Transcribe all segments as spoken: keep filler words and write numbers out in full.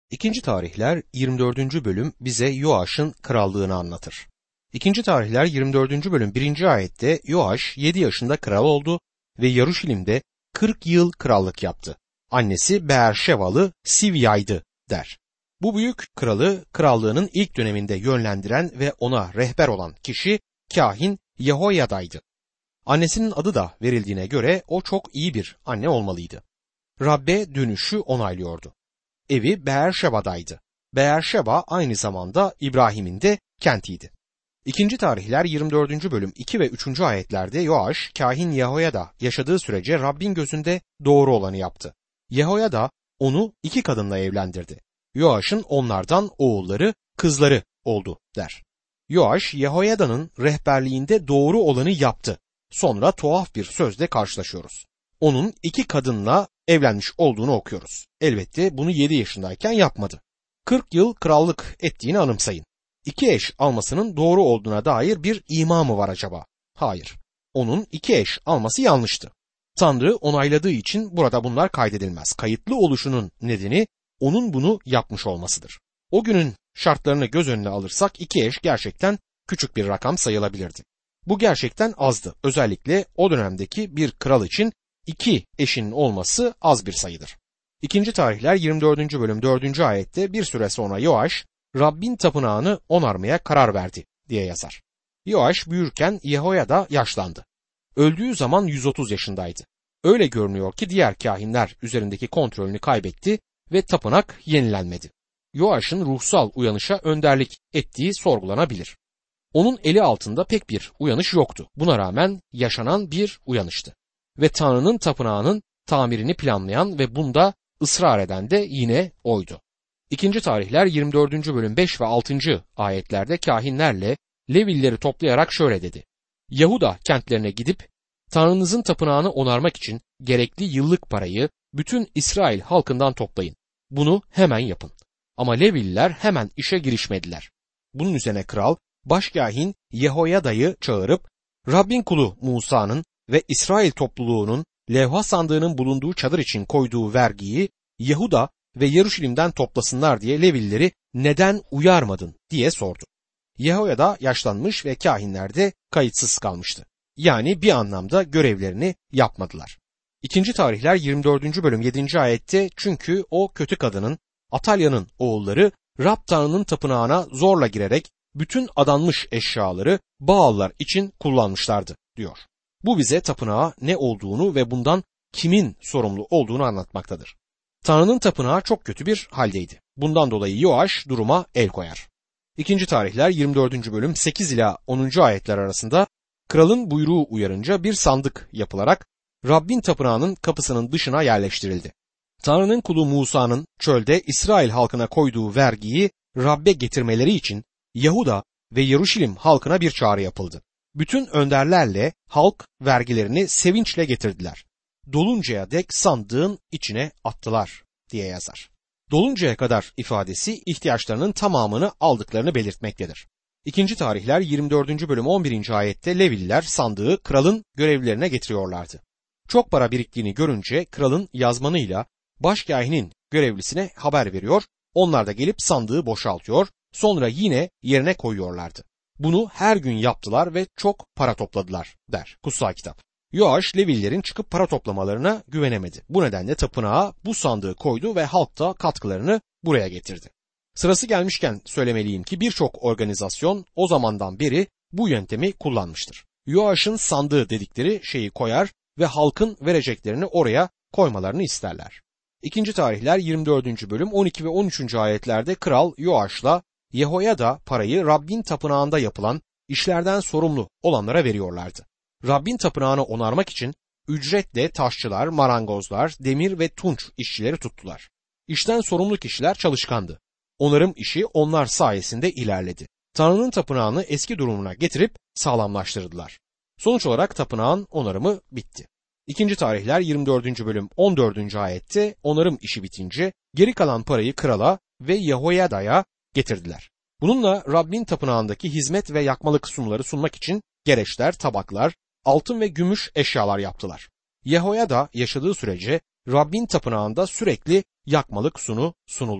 İkinci Tarihler yirmi dördüncü bölüm bize Yoaş'ın krallığını anlatır. İkinci Tarihler yirmi dördüncü bölüm birinci ayette Yoaş yedi yaşında kral oldu ve Yaruşilim'de kırk yıl krallık yaptı. Annesi Beerşevalı Sivya'ydı der. Bu büyük kralı krallığının ilk döneminde yönlendiren ve ona rehber olan kişi kahin Yehoyada'ydı. Annesinin adı da verildiğine göre o çok iyi bir anne olmalıydı. Rabbe dönüşü onaylıyordu. Evi Beerşeba'daydı. Beerşeba aynı zamanda İbrahim'in de kentiydi. İkinci Tarihler yirmi dördüncü bölüm iki ve üçüncü ayetlerde Yoaş, kahin Yehoyada yaşadığı sürece Rabbin gözünde doğru olanı yaptı. Yehoyada onu iki kadınla evlendirdi. Yoaş'ın onlardan oğulları, kızları oldu der. Yoaş, Yehoyada'nın rehberliğinde doğru olanı yaptı. Sonra tuhaf bir sözle karşılaşıyoruz. Onun iki kadınla evlenmiş olduğunu okuyoruz. Elbette bunu yedi yaşındayken yapmadı. kırk yıl krallık ettiğini anımsayın. İki eş almasının doğru olduğuna dair bir ima mı var acaba? Hayır. Onun iki eş alması yanlıştı. Tanrı onayladığı için burada bunlar kaydedilmez. Kayıtlı oluşunun nedeni onun bunu yapmış olmasıdır. O günün şartlarını göz önüne alırsak iki eş gerçekten küçük bir rakam sayılabilirdi. Bu gerçekten azdı. Özellikle o dönemdeki bir kral için iki eşinin olması az bir sayıdır. İkinci Tarihler yirmi dördüncü bölüm dördüncü ayette bir süre sonra Yoaş, Rabbin tapınağını onarmaya karar verdi diye yazar. Yoaş büyürken Yehoyada yaşlandı. Öldüğü zaman yüz otuz yaşındaydı. Öyle görünüyor ki diğer kahinler üzerindeki kontrolünü kaybetti ve tapınak yenilenmedi. Yoaş'ın ruhsal uyanışa önderlik ettiği sorgulanabilir. Onun eli altında pek bir uyanış yoktu. Buna rağmen yaşanan bir uyanıştı. Ve Tanrı'nın tapınağının tamirini planlayan ve bunda ısrar eden de yine oydu. İkinci Tarihler yirmi dördüncü bölüm beş ve altıncı ayetlerde kahinlerle Levilileri toplayarak şöyle dedi. Yahuda kentlerine gidip Tanrınızın tapınağını onarmak için gerekli yıllık parayı bütün İsrail halkından toplayın. Bunu hemen yapın. Ama Levililer hemen işe girişmediler. Bunun üzerine kral başkahin Yehoyada'yı çağırıp Rabbin kulu Musa'nın ve İsrail topluluğunun levha sandığının bulunduğu çadır için koyduğu vergiyi Yahuda ve Yaruşilim'den toplasınlar diye Levilileri neden uyarmadın diye sordu. Yehoyada yaşlanmış ve kahinler de kayıtsız kalmıştı. Yani bir anlamda görevlerini yapmadılar. İkinci Tarihler yirmi dördüncü bölüm yedinci ayette çünkü o kötü kadının Atalya'nın oğulları Rab Tanrı'nın tapınağına zorla girerek bütün adanmış eşyaları Baallar için kullanmışlardı diyor. Bu bize tapınağa ne olduğunu ve bundan kimin sorumlu olduğunu anlatmaktadır. Tanrı'nın tapınağı çok kötü bir haldeydi. Bundan dolayı Yoaş duruma el koyar. İkinci Tarihler yirmi dördüncü bölüm sekiz ila onuncu ayetler arasında kralın buyruğu uyarınca bir sandık yapılarak Rabbin tapınağının kapısının dışına yerleştirildi. Tanrı'nın kulu Musa'nın çölde İsrail halkına koyduğu vergiyi Rabbe getirmeleri için Yahuda ve Yaruşilim halkına bir çağrı yapıldı. Bütün önderlerle halk vergilerini sevinçle getirdiler. Doluncaya dek sandığın içine attılar diye yazar. Doluncaya kadar ifadesi ihtiyaçlarının tamamını aldıklarını belirtmektedir. İkinci Tarihler yirmi dördüncü bölüm on birinci ayette Levililer sandığı kralın görevlilerine getiriyorlardı. Çok para biriktiğini görünce kralın yazmanıyla başkahinin görevlisine haber veriyor, onlar da gelip sandığı boşaltıyor, sonra yine yerine koyuyorlardı. Bunu her gün yaptılar ve çok para topladılar der kutsal kitap. Yoaş Levililerin çıkıp para toplamalarına güvenemedi. Bu nedenle tapınağa bu sandığı koydu ve halk da katkılarını buraya getirdi. Sırası gelmişken söylemeliyim ki birçok organizasyon o zamandan beri bu yöntemi kullanmıştır. Yoaş'ın sandığı dedikleri şeyi koyar ve halkın vereceklerini oraya koymalarını isterler. İkinci Tarihler yirmi dördüncü bölüm on iki ve on üçüncü ayetlerde kral Yoaş'la Yehoyada parayı Rabbin tapınağında yapılan işlerden sorumlu olanlara veriyorlardı. Rabbin tapınağını onarmak için ücretle taşçılar, marangozlar, demir ve tunç işçileri tuttular. İşten sorumlu kişiler çalışkandı. Onarım işi onlar sayesinde ilerledi. Tanrı'nın tapınağını eski durumuna getirip sağlamlaştırdılar. Sonuç olarak tapınağın onarımı bitti. İkinci Tarihler yirmi dördüncü bölüm on dördüncü ayette onarım işi bitince geri kalan parayı krala ve Yehoyada'ya getirdiler. Bununla Rabbin tapınağındaki hizmet ve yakmalık sunuları sunmak için gereçler, tabaklar, altın ve gümüş eşyalar yaptılar. Yehoyada yaşadığı sürece Rabbin tapınağında sürekli yakmalık sunu sunuldu.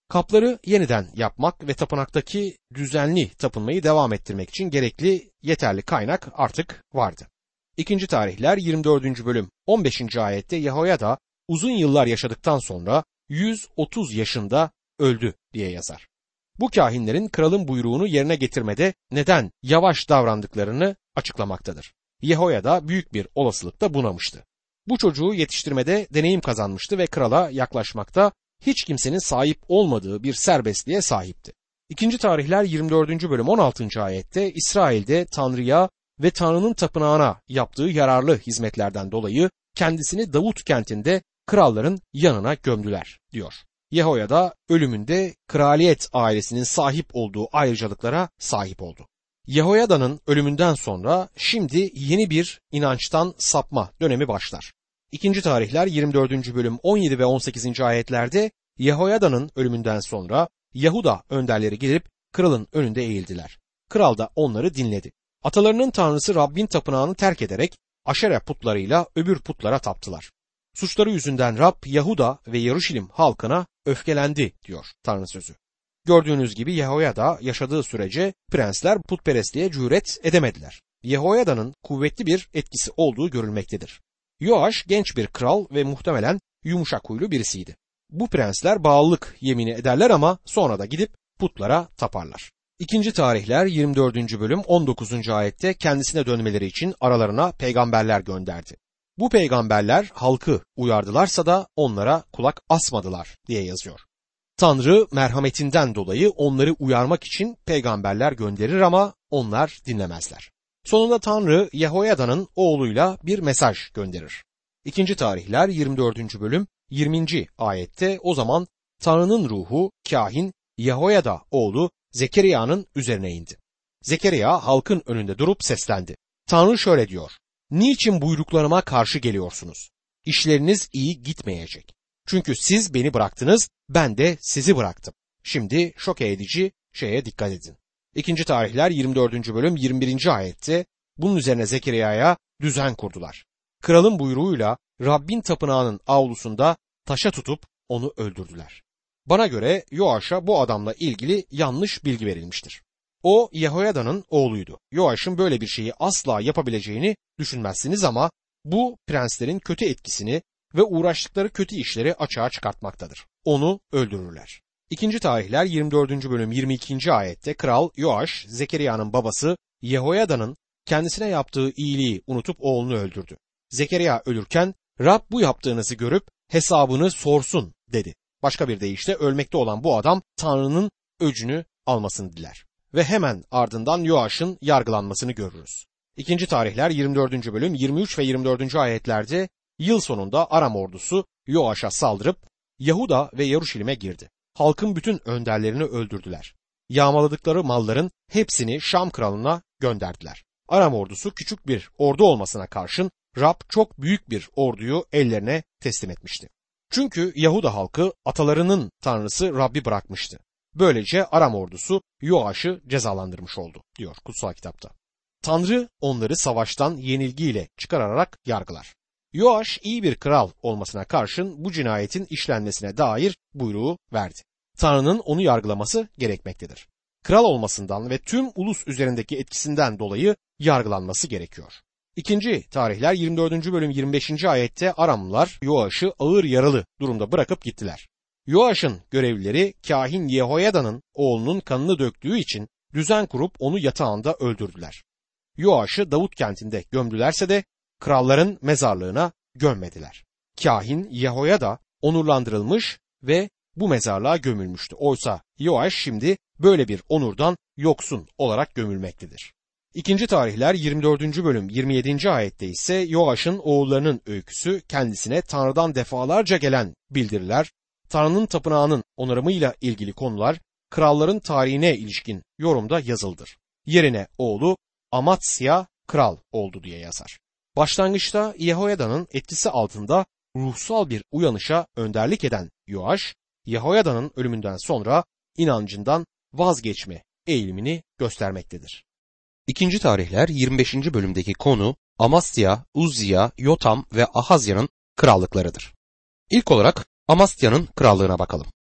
Kapları yeniden yapmak ve tapınaktaki düzenli tapınmayı devam ettirmek için gerekli yeterli kaynak artık vardı. İkinci Tarihler yirmi dördüncü bölüm on beşinci ayette Yehoyada uzun yıllar yaşadıktan sonra yüz otuz yaşında öldü diye yazar. Bu kahinlerin kralın buyruğunu yerine getirmede neden yavaş davrandıklarını açıklamaktadır. Yehoyada büyük bir olasılıkla bunamıştı. Bu çocuğu yetiştirmede deneyim kazanmıştı ve krala yaklaşmakta hiç kimsenin sahip olmadığı bir serbestliğe sahipti. İkinci Tarihler yirmi dördüncü bölüm on altıncı ayette İsrail'de Tanrı'ya ve Tanrı'nın tapınağına yaptığı yararlı hizmetlerden dolayı kendisini Davut kentinde kralların yanına gömdüler diyor. Yehoyada ölümünde kraliyet ailesinin sahip olduğu ayrıcalıklara sahip oldu. Yehoyada'nın ölümünden sonra şimdi yeni bir inançtan sapma dönemi başlar. İkinci Tarihler yirmi dördüncü bölüm on yedi ve on sekizinci ayetlerde Yehoyada'nın ölümünden sonra Yahuda önderleri gelip kralın önünde eğildiler. Kral da onları dinledi. Atalarının tanrısı Rabbin tapınağını terk ederek Aşere putlarıyla öbür putlara taptılar. Suçları yüzünden Rab Yahuda ve Yeruşalim halkına öfkelendi diyor Tanrı sözü. Gördüğünüz gibi Yehoyada yaşadığı sürece prensler putperestliğe cüret edemediler. Yehoyada'nın kuvvetli bir etkisi olduğu görülmektedir. Yoaş genç bir kral ve muhtemelen yumuşak huylu birisiydi. Bu prensler bağlılık yemini ederler ama sonra da gidip putlara taparlar. İkinci Tarihler yirmi dördüncü bölüm on dokuzuncu ayette kendisine dönmeleri için aralarına peygamberler gönderdi. Bu peygamberler halkı uyardılarsa da onlara kulak asmadılar diye yazıyor. Tanrı merhametinden dolayı onları uyarmak için peygamberler gönderir ama onlar dinlemezler. Sonunda Tanrı Yehoyada'nın oğluyla bir mesaj gönderir. İkinci Tarihler yirmi dördüncü bölüm yirminci ayette o zaman Tanrı'nın ruhu kahin Yehoyada oğlu Zekeriya'nın üzerine indi. Zekeriya halkın önünde durup seslendi. Tanrı şöyle diyor: Niçin buyruklarıma karşı geliyorsunuz? İşleriniz iyi gitmeyecek. Çünkü siz beni bıraktınız, ben de sizi bıraktım. Şimdi şok edici şeye dikkat edin. İkinci Tarihler yirmi dördüncü bölüm yirmi birinci ayette bunun üzerine Zekeriya'ya düzen kurdular. Kralın buyruğuyla Rabbin tapınağının avlusunda taşa tutup onu öldürdüler. Bana göre Yoaş'a bu adamla ilgili yanlış bilgi verilmiştir. O Yehoyada'nın oğluydu. Yoaş'ın böyle bir şeyi asla yapabileceğini düşünmezsiniz ama bu prenslerin kötü etkisini ve uğraştıkları kötü işleri açığa çıkartmaktadır. Onu öldürürler. İkinci Tarihler yirmi dördüncü bölüm yirmi ikinci ayette Kral Yoaş, Zekeriya'nın babası Yehoyada'nın kendisine yaptığı iyiliği unutup oğlunu öldürdü. Zekeriya ölürken Rab bu yaptığınızı görüp hesabını sorsun dedi. Başka bir deyişle ölmekte olan bu adam Tanrı'nın öcünü almasını diler. Ve hemen ardından Yoaş'ın yargılanmasını görürüz. İkinci Tarihler yirmi dördüncü bölüm yirmi üç ve yirmi dördüncü ayetlerde yıl sonunda Aram ordusu Yoaş'a saldırıp Yahuda ve Yeruşalim'e girdi. Halkın bütün önderlerini öldürdüler. Yağmaladıkları malların hepsini Şam kralına gönderdiler. Aram ordusu küçük bir ordu olmasına karşın Rab çok büyük bir orduyu ellerine teslim etmişti. Çünkü Yahuda halkı atalarının tanrısı Rabbi bırakmıştı. Böylece Aram ordusu Yoaş'ı cezalandırmış oldu diyor kutsal kitapta. Tanrı onları savaştan yenilgiyle çıkararak yargılar. Yoaş iyi bir kral olmasına karşın bu cinayetin işlenmesine dair buyruğu verdi. Tanrı'nın onu yargılaması gerekmektedir. Kral olmasından ve tüm ulus üzerindeki etkisinden dolayı yargılanması gerekiyor. İkinci Tarihler yirmi dördüncü bölüm yirmi beşinci ayette Aramlılar Yoaş'ı ağır yaralı durumda bırakıp gittiler. Yoaş'ın görevlileri kahin Yehoyada'nın oğlunun kanını döktüğü için düzen kurup onu yatağında öldürdüler. Yoaş'ı Davut kentinde gömdülerse de kralların mezarlığına gömmediler. Kahin Yehoyada onurlandırılmış ve bu mezarlığa gömülmüştü. Oysa Yoaş şimdi böyle bir onurdan yoksun olarak gömülmektedir. İkinci Tarihler yirmi dördüncü bölüm yirmi yedinci ayette ise Yoaş'ın oğullarının öyküsü kendisine Tanrı'dan defalarca gelen bildiriler, Tanrı'nın tapınağının onarımıyla ilgili konular, kralların tarihine ilişkin yorumda yazıldır. Yerine oğlu Amatsya kral oldu diye yazar. Başlangıçta Yehoyada'nın etkisi altında ruhsal bir uyanışa önderlik eden Yoaş, Yehoyada'nın ölümünden sonra inancından vazgeçme eğilimini göstermektedir. İkinci Tarihler yirmi beşinci bölümdeki konu Amasya, Uzziya, Yotam ve Ahazya'nın krallıklarıdır. İlk olarak Amasya'nın krallığına bakalım.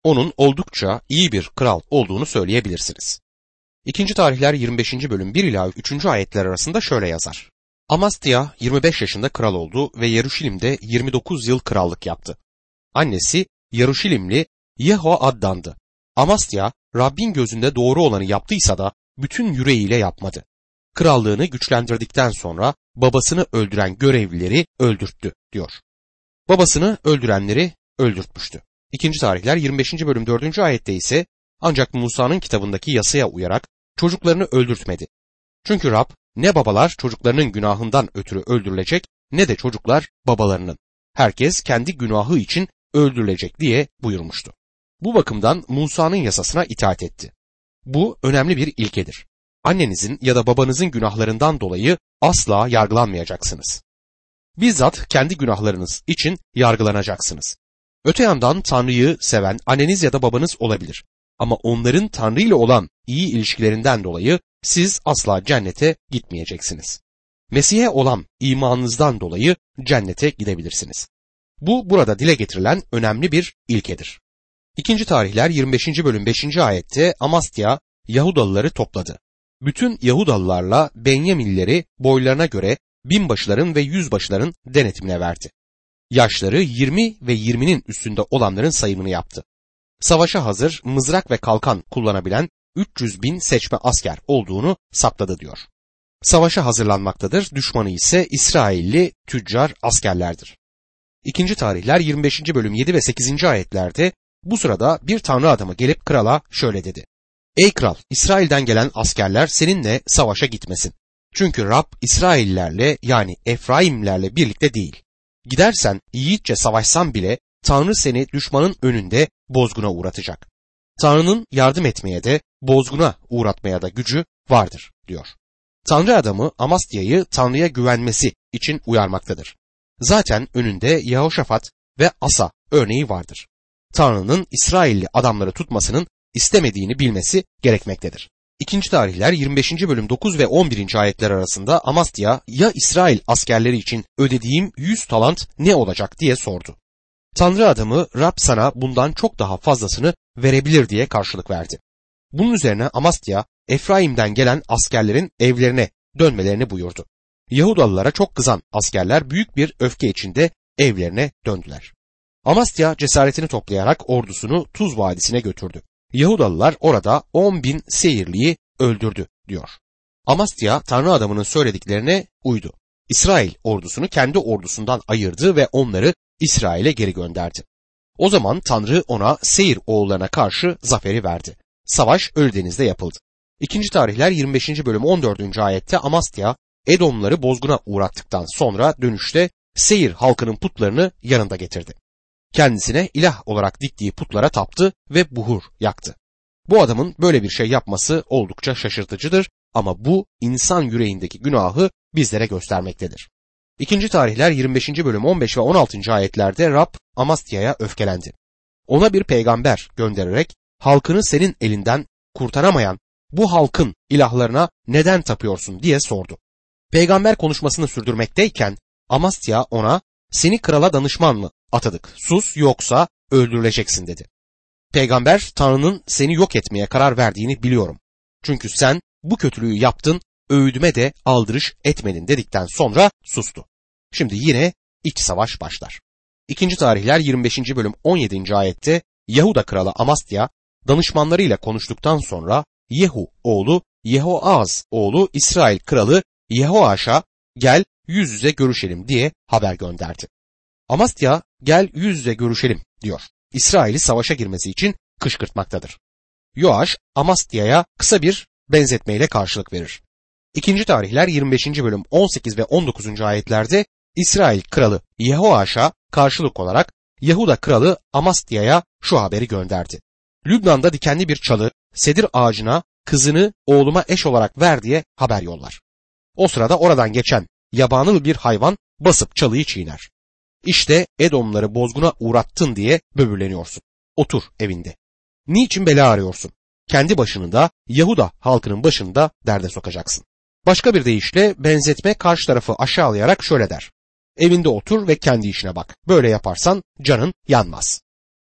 onun oldukça iyi bir kral olduğunu söyleyebilirsiniz. İkinci Tarihler yirmi beşinci bölüm bir ila üçüncü ayetler arasında şöyle yazar. Amastya yirmi beş yaşında kral oldu ve Yeruşalim'de yirmi dokuz yıl krallık yaptı. Annesi Yeruşalimli Yehoaddan'dı. Amastya Rabbin gözünde doğru olanı yaptıysa da bütün yüreğiyle yapmadı. Krallığını güçlendirdikten sonra babasını öldüren görevlileri öldürttü diyor. Babasını öldürenleri öldürtmüştü. İkinci Tarihler yirmi beşinci bölüm dördüncü ayette ise ancak Musa'nın kitabındaki yasaya uyarak çocuklarını öldürtmedi. Çünkü Rab ne babalar çocuklarının günahından ötürü öldürülecek ne de çocuklar babalarının. Herkes kendi günahı için öldürülecek diye buyurmuştu. Bu bakımdan Musa'nın yasasına itaat etti. Bu önemli bir ilkedir. Annenizin ya da babanızın günahlarından dolayı asla yargılanmayacaksınız. Bizzat kendi günahlarınız için yargılanacaksınız. Öte yandan Tanrı'yı seven anneniz ya da babanız olabilir. Ama onların Tanrı ile olan iyi ilişkilerinden dolayı siz asla cennete gitmeyeceksiniz. Mesih'e olan imanınızdan dolayı cennete gidebilirsiniz. Bu burada dile getirilen önemli bir ilkedir. İkinci Tarihler yirmi beşinci bölüm beşinci ayette Amastya Yahudalıları topladı. Bütün Yahudalılarla Benyaminlileri boylarına göre binbaşıların ve yüzbaşıların denetimine verdi. Yaşları yirmi ve yirminin üstünde olanların sayımını yaptı. Savaşa hazır mızrak ve kalkan kullanabilen üç yüz bin seçme asker olduğunu saptadı diyor. Savaşa hazırlanmaktadır, düşmanı ise İsrailli tüccar askerlerdir. İkinci Tarihler yirmi beşinci bölüm yedi ve sekizinci ayetlerde bu sırada bir tanrı adamı gelip krala şöyle dedi. Ey kral, İsrail'den gelen askerler seninle savaşa gitmesin. Çünkü Rab İsraillerle yani Efraimlerle birlikte değil. Gidersen yiğitçe savaşsan bile Tanrı seni düşmanın önünde bozguna uğratacak. Tanrı'nın yardım etmeye de bozguna uğratmaya da gücü vardır diyor. Tanrı adamı Amastya'yı Tanrı'ya güvenmesi için uyarmaktadır. Zaten önünde Yehoşafat ve Asa örneği vardır. Tanrı'nın İsrailli adamları tutmasının istemediğini bilmesi gerekmektedir. İkinci Tarihler yirmi beşinci bölüm dokuz ve on birinci ayetler arasında Amastya ya İsrail askerleri için ödediğim yüz talant ne olacak diye sordu. Tanrı adamı Rab sana bundan çok daha fazlasını verebilir diye karşılık verdi. Bunun üzerine Amastya Efraim'den gelen askerlerin evlerine dönmelerini buyurdu. Yahudalılara çok kızan askerler büyük bir öfke içinde evlerine döndüler. Amastya cesaretini toplayarak ordusunu Tuz Vadisi'ne götürdü. Yahudalılar orada on bin Seirliyi öldürdü diyor. Amastya Tanrı adamının söylediklerine uydu. İsrail ordusunu kendi ordusundan ayırdı ve onları İsrail'e geri gönderdi. O zaman Tanrı ona Seir oğullarına karşı zaferi verdi. Savaş Ölüdeniz'de yapıldı. İkinci Tarihler yirmi beşinci bölüm on dördüncü ayette Amastya Edomları bozguna uğrattıktan sonra dönüşte Seir halkının putlarını yanında getirdi. Kendisine ilah olarak diktiği putlara taptı ve buhur yaktı. Bu adamın böyle bir şey yapması oldukça şaşırtıcıdır ama bu insan yüreğindeki günahı bizlere göstermektedir. İkinci Tarihler yirmi beşinci bölüm on beş ve on altıncı ayetlerde Rab Amastya'ya öfkelendi. Ona bir peygamber göndererek halkını senin elinden kurtaramayan bu halkın ilahlarına neden tapıyorsun diye sordu. Peygamber konuşmasını sürdürmekteyken Amastya ona seni krala danışman mı atadık, sus yoksa öldürüleceksin dedi. Peygamber Tanrı'nın seni yok etmeye karar verdiğini biliyorum. Çünkü sen bu kötülüğü yaptın, öğüdüme de aldırış etmedin dedikten sonra sustu. Şimdi yine iç savaş başlar. İkinci Tarihler yirmi beşinci bölüm on yedinci ayette Yahuda kralı Amastya danışmanlarıyla konuştuktan sonra Yehu oğlu Yehoaz oğlu İsrail kralı Yehoaş'a gel yüz yüze görüşelim diye haber gönderdi. Amastya gel yüz yüze görüşelim diyor. İsrail'i savaşa girmesi için kışkırtmaktadır. Yoaş Amastya'ya kısa bir benzetmeyle karşılık verir. İkinci Tarihler yirmi beşinci bölüm on sekiz ve on dokuzuncu ayetlerde İsrail kralı Yehoaş'a karşılık olarak Yahuda kralı Amastya'ya şu haberi gönderdi. Lübnan'da dikenli bir çalı sedir ağacına kızını oğluma eş olarak ver diye haber yollar. O sırada oradan geçen yabanıl bir hayvan basıp çalıyı çiğner. İşte Edomları bozguna uğrattın diye böbürleniyorsun. Otur evinde. Niçin bela arıyorsun? Kendi başını da Yahuda halkının başını da derde sokacaksın. Başka bir deyişle benzetme karşı tarafı aşağılayarak şöyle der. Evinde otur ve kendi işine bak. Böyle yaparsan canın yanmaz.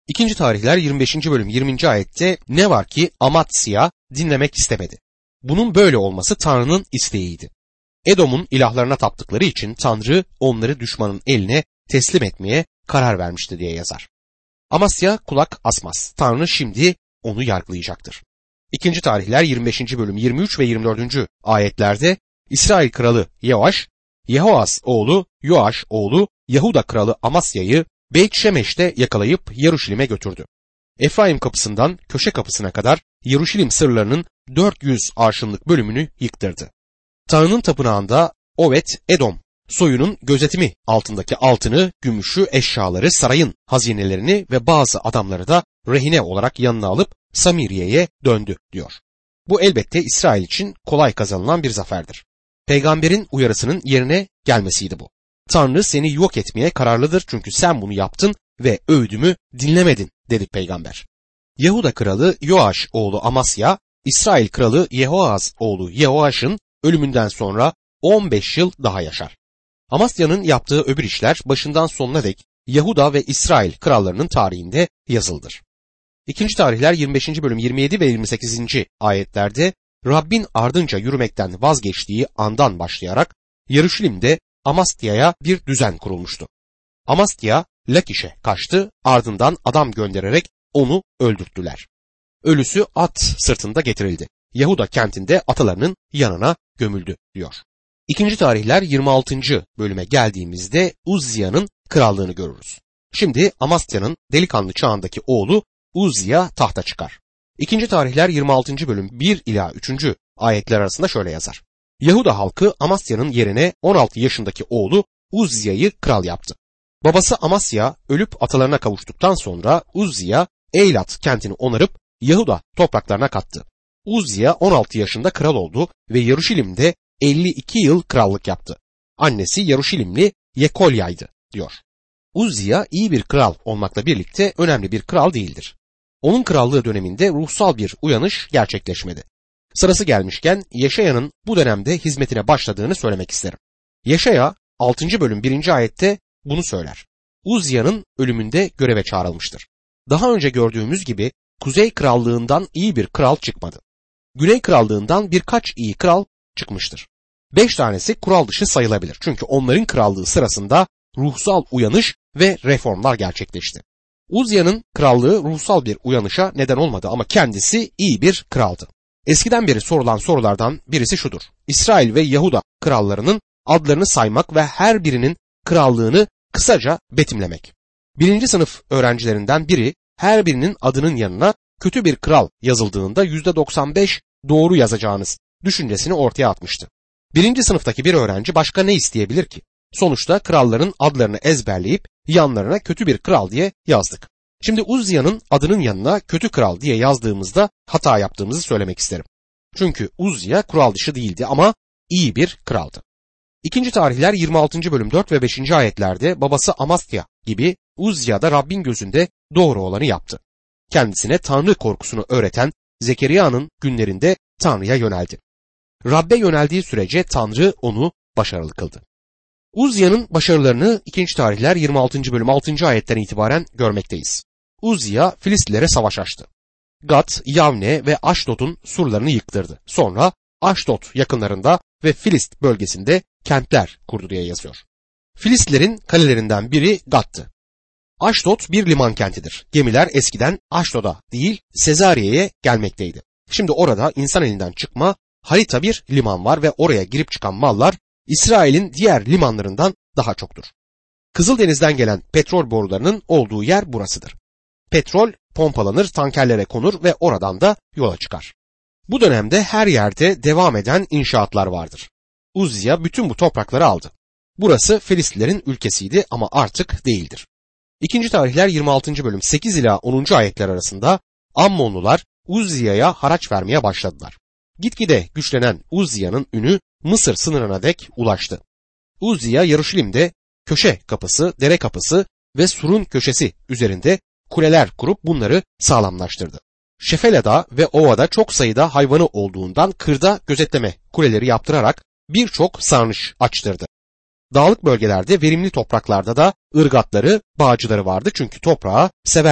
İkinci Tarihler yirmi beşinci bölüm yirminci ayette ne var ki Amatsya dinlemek istemedi. Bunun böyle olması Tanrı'nın isteğiydi. Edom'un ilahlarına taptıkları için Tanrı onları düşmanın eline teslim etmeye karar vermişti diye yazar. Amasya kulak asmaz. Tanrı şimdi onu yargılayacaktır. İkinci Tarihler yirmi beşinci bölüm yirmi üç ve yirmi dördüncü ayetlerde İsrail kralı Yehoaş, Yehoaz oğlu Yoaş oğlu Yahuda kralı Amasya'yı Beyt Şemeş'te yakalayıp Yaruşilim'e götürdü. Efraim kapısından köşe kapısına kadar Yaruşilim sırlarının dört yüz arşınlık bölümünü yıktırdı. Tanrı'nın tapınağında Ovet Edom soyunun gözetimi altındaki altını, gümüşü, eşyaları, sarayın hazinelerini ve bazı adamları da rehine olarak yanına alıp Samiriye'ye döndü diyor. Bu elbette İsrail için kolay kazanılan bir zaferdir. Peygamberin uyarısının yerine gelmesiydi bu. Tanrı seni yok etmeye kararlıdır çünkü sen bunu yaptın ve öğüdümü dinlemedin dedi peygamber. Yahuda kralı Yoaş oğlu Amasya, İsrail kralı Yehoaz oğlu Yehoaş'ın ölümünden sonra on beş yıl daha yaşar. Amasya'nın yaptığı öbür işler başından sonuna dek Yahuda ve İsrail krallarının tarihinde yazılıdır. İkinci Tarihler yirmi beşinci bölüm yirmi yedi ve yirmi sekizinci ayetlerde Rabbin ardınca yürümekten vazgeçtiği andan başlayarak Yaruşilim'de Amasya'ya bir düzen kurulmuştu. Amasya Lakiş'e kaçtı, ardından adam göndererek onu öldürttüler. Ölüsü at sırtında getirildi. Yahuda kentinde atalarının yanına gömüldü diyor. İkinci Tarihler yirmi altıncı bölüme geldiğimizde Uzziya'nın krallığını görürüz. Şimdi Amasya'nın delikanlı çağındaki oğlu Uzziya tahta çıkar. İkinci Tarihler yirmi altıncı bölüm bir ila üçüncü ayetler arasında şöyle yazar. Yahuda halkı Amasya'nın yerine on altı yaşındaki oğlu Uzziya'yı kral yaptı. Babası Amasya ölüp atalarına kavuştuktan sonra Uzziya Eylat kentini onarıp Yahuda topraklarına kattı. Uzziya on altı yaşında kral oldu ve Yaruşilim'de elli iki yıl krallık yaptı. Annesi Yaruşilimli Yekolya'ydı diyor. Uzziya iyi bir kral olmakla birlikte önemli bir kral değildir. Onun krallığı döneminde ruhsal bir uyanış gerçekleşmedi. Sırası gelmişken Yeşaya'nın bu dönemde hizmetine başladığını söylemek isterim. Yeşaya altıncı bölüm birinci ayette bunu söyler. Uzziya'nın ölümünde göreve çağrılmıştır. Daha önce gördüğümüz gibi Kuzey Krallığından iyi bir kral çıkmadı. Güney Krallığından birkaç iyi kral çıkmıştır. Beş tanesi kural dışı sayılabilir. Çünkü onların krallığı sırasında ruhsal uyanış ve reformlar gerçekleşti. Uzziya'nın krallığı ruhsal bir uyanışa neden olmadı ama kendisi iyi bir kraldı. Eskiden beri sorulan sorulardan birisi şudur. İsrail ve Yahuda krallarının adlarını saymak ve her birinin krallığını kısaca betimlemek. Birinci sınıf öğrencilerinden biri her birinin adının yanına kötü bir kral yazıldığında yüzde doksan beş doğru yazacağınız düşüncesini ortaya atmıştı. Birinci sınıftaki bir öğrenci başka ne isteyebilir ki? Sonuçta kralların adlarını ezberleyip yanlarına kötü bir kral diye yazdık. Şimdi Uzziya'nın adının yanına kötü kral diye yazdığımızda hata yaptığımızı söylemek isterim. Çünkü Uzziya kural dışı değildi ama iyi bir kraldı. İkinci Tarihler yirmi altıncı bölüm dört ve beşinci ayetlerde babası Amasya gibi Uzziya da Rabbin gözünde doğru olanı yaptı. Kendisine Tanrı korkusunu öğreten Zekeriya'nın günlerinde Tanrı'ya yöneldi. Rabbe yöneldiği sürece Tanrı onu başarılı kıldı. Uzziya'nın başarılarını İkinci Tarihler yirmi altıncı bölüm altıncı ayetten itibaren görmekteyiz. Uzziya Filistlilere savaş açtı. Gat, Yavne ve Aşdod'un surlarını yıktırdı. Sonra Aşdod yakınlarında ve Filist bölgesinde kentler kurdu diye yazıyor. Filistlerin kalelerinden biri Gat'tı. Aşdod bir liman kentidir. Gemiler eskiden Aşdod'a değil Sezariye'ye gelmekteydi. Şimdi orada insan elinden çıkma harita bir liman var ve oraya girip çıkan mallar İsrail'in diğer limanlarından daha çoktur. Kızıldeniz'den gelen petrol borularının olduğu yer burasıdır. Petrol pompalanır, tankerlere konur ve oradan da yola çıkar. Bu dönemde her yerde devam eden inşaatlar vardır. Uzziya bütün bu toprakları aldı. Burası Filistlilerin ülkesiydi ama artık değildir. İkinci Tarihler yirmi altıncı bölüm sekiz ila onuncu ayetler arasında Ammonlular Uzziya'ya haraç vermeye başladılar. Gitgide güçlenen Uzziya'nın ünü Mısır sınırına dek ulaştı. Uzziya Yaruşilim'de köşe kapısı, dere kapısı ve surun köşesi üzerinde kuleler kurup bunları sağlamlaştırdı. Şefela'da ve ovada çok sayıda hayvanı olduğundan kırda gözetleme kuleleri yaptırarak birçok sarnıç açtırdı. Dağlık bölgelerde verimli topraklarda da ırgatları, bağcıları vardı çünkü toprağı severdi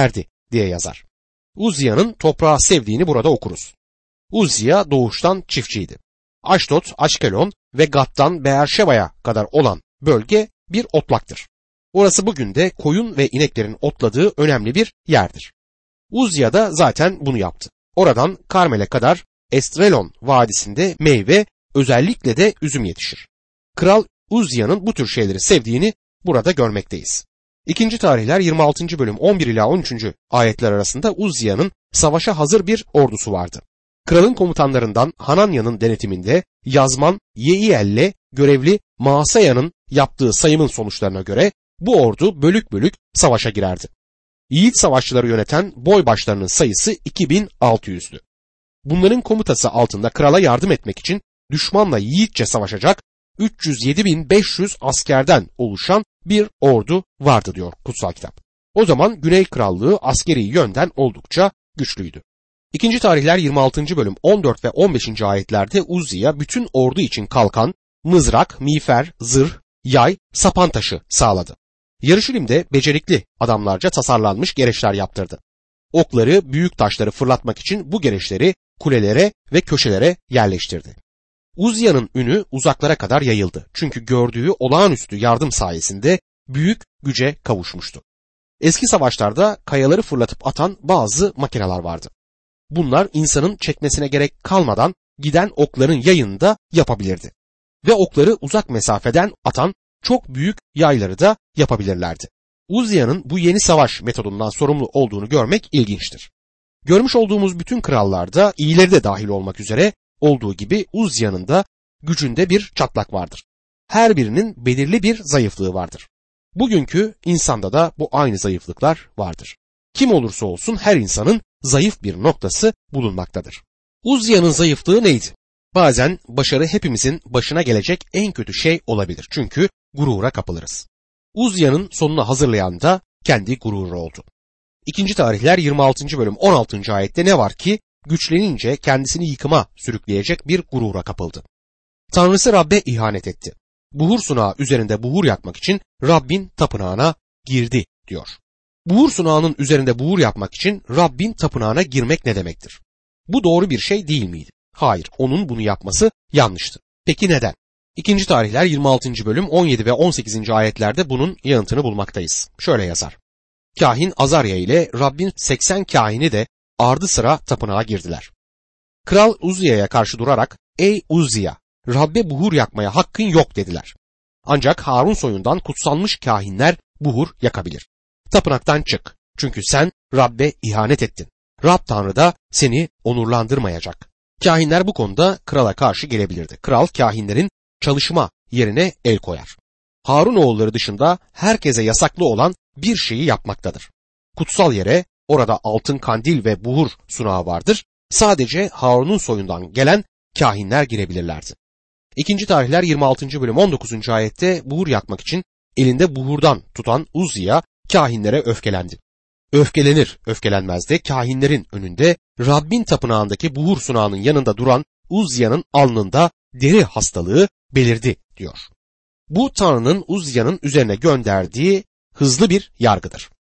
diye yazar. Uzziya'nın toprağı sevdiğini burada okuruz. Uzziya doğuştan çiftçiydi. Aşdod, Aşkelon ve Gat'tan Beerşeba'ya kadar olan bölge bir otlaktır. Orası bugün de koyun ve ineklerin otladığı önemli bir yerdir. Uzziya da zaten bunu yaptı. Oradan Karmel'e kadar Estrelon vadisinde meyve, özellikle de üzüm yetişir. Kral Uzziya'nın bu tür şeyleri sevdiğini burada görmekteyiz. İkinci Tarihler yirmi altıncı bölüm on bir ila on üçüncü ayetler arasında Uzziya'nın savaşa hazır bir ordusu vardı. Kralın komutanlarından Hananya'nın denetiminde Yazman Yeiyel'le görevli Maaseya'nın yaptığı sayımın sonuçlarına göre bu ordu bölük bölük savaşa girerdi. Yiğit savaşçıları yöneten boy başlarının sayısı iki bin altı yüzdü. Bunların komutası altında krala yardım etmek için düşmanla yiğitçe savaşacak üç yüz yedi bin beş yüz askerden oluşan bir ordu vardı diyor kutsal kitap. O zaman Güney Krallığı askeri yönden oldukça güçlüydü. İkinci Tarihler yirmi altıncı bölüm on dört ve on beşinci ayetlerde Uzziya bütün ordu için kalkan, mızrak, miğfer, zırh, yay, sapan taşı sağladı. Yarışilim'de becerikli adamlarca tasarlanmış gereçler yaptırdı. Okları, büyük taşları fırlatmak için bu gereçleri kulelere ve köşelere yerleştirdi. Uzziya'nın ünü uzaklara kadar yayıldı. Çünkü gördüğü olağanüstü yardım sayesinde büyük güce kavuşmuştu. Eski savaşlarda kayaları fırlatıp atan bazı makineler vardı. Bunlar insanın çekmesine gerek kalmadan giden okların yayını da yapabilirdi. Ve okları uzak mesafeden atan çok büyük yayları da yapabilirlerdi. Uzziya'nın bu yeni savaş metodundan sorumlu olduğunu görmek ilginçtir. Görmüş olduğumuz bütün krallarda, iyileri de dahil olmak üzere olduğu gibi Uzziya'nın da gücünde bir çatlak vardır. Her birinin belirli bir zayıflığı vardır. Bugünkü insanda da bu aynı zayıflıklar vardır. Kim olursa olsun her insanın zayıf bir noktası bulunmaktadır. Uzziya'nın zayıflığı neydi? Bazen başarı hepimizin başına gelecek en kötü şey olabilir. Çünkü gurura kapılırız. Uzziya'nın sonunu hazırlayan da kendi gururu oldu. İkinci Tarihler yirmi altıncı bölüm on altıncı ayette ne var ki güçlenince kendisini yıkıma sürükleyecek bir gurura kapıldı. Tanrısı Rab'be ihanet etti. Buhur sunağı üzerinde buhur yakmak için Rabbin tapınağına girdi diyor. Buhur sunağının üzerinde buhur yapmak için Rabbin tapınağına girmek ne demektir? Bu doğru bir şey değil miydi? Hayır, onun bunu yapması yanlıştı. Peki neden? İkinci Tarihler yirmi altıncı bölüm on yedi ve on sekizinci ayetlerde bunun yanıtını bulmaktayız. Şöyle yazar. Kahin Azarya ile Rabbin seksen kahini de ardı sıra tapınağa girdiler. Kral Uzziya'ya karşı durarak, ey Uzziya, Rabbe buhur yakmaya hakkın yok dediler. Ancak Harun soyundan kutsanmış kahinler buhur yakabilir. Tapınaktan çık, çünkü sen Rabbe ihanet ettin. Rab Tanrı da seni onurlandırmayacak. Kahinler bu konuda krala karşı gelebilirdi. Kral kahinlerin çalışma yerine el koyar. Harun oğulları dışında herkese yasaklı olan bir şeyi yapmaktadır. Kutsal yere orada altın kandil ve buhur sunağı vardır. Sadece Harun'un soyundan gelen kahinler girebilirlerdi. İkinci Tarihler yirmi altıncı bölüm on dokuzuncu ayette buhur yakmak için elinde buhurdan tutan Uzziya kahinlere öfkelendi. Öfkelenir öfkelenmez de kahinlerin önünde Rabbin tapınağındaki buhur sunağının yanında duran Uzziya'nın alnında deri hastalığı belirdi diyor. Bu Tanrı'nın Uzziya'nın üzerine gönderdiği hızlı bir yargıdır.